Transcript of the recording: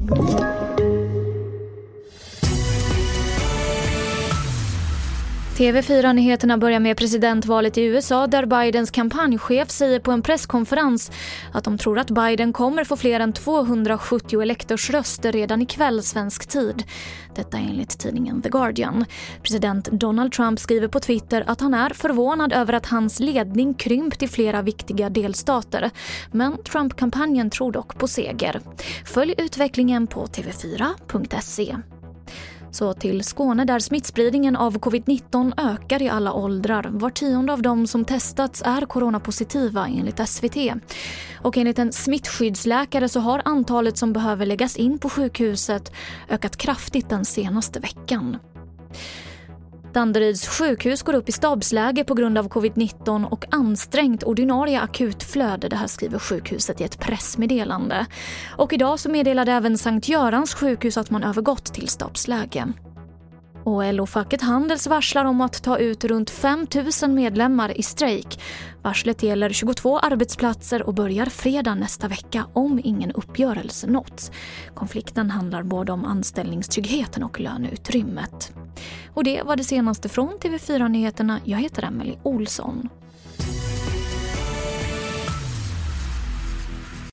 TV4-nyheterna börjar med presidentvalet i USA där Bidens kampanjchef säger på en presskonferens att de tror att Biden kommer få fler än 270 elektorsröster redan ikväll svensk tid. Detta enligt tidningen The Guardian. President Donald Trump skriver på Twitter att han är förvånad över att hans ledning krympt i flera viktiga delstater. Men Trump-kampanjen tror dock på seger. Följ utvecklingen på tv4.se. Så till Skåne där smittspridningen av covid-19 ökar i alla åldrar. Var 10:e av dem som testats är coronapositiva enligt SVT. Och enligt en smittskyddsläkare så har antalet som behöver läggas in på sjukhuset ökat kraftigt den senaste veckan. Danderyds sjukhus går upp i stabsläge på grund av covid-19 och ansträngt ordinarie akutflöde. Det här skriver sjukhuset i ett pressmeddelande. Och idag så meddelade även Sankt Görans sjukhus att man övergått till stabsläge. Och LO-facket Handels varslar om att ta ut runt 5 000 medlemmar i strejk. Varslet gäller 22 arbetsplatser och börjar fredag nästa vecka om ingen uppgörelse nåtts. Konflikten handlar både om anställningstryggheten och löneutrymmet. Och det var det senaste från TV4-nyheterna. Jag heter Emelie Olsson.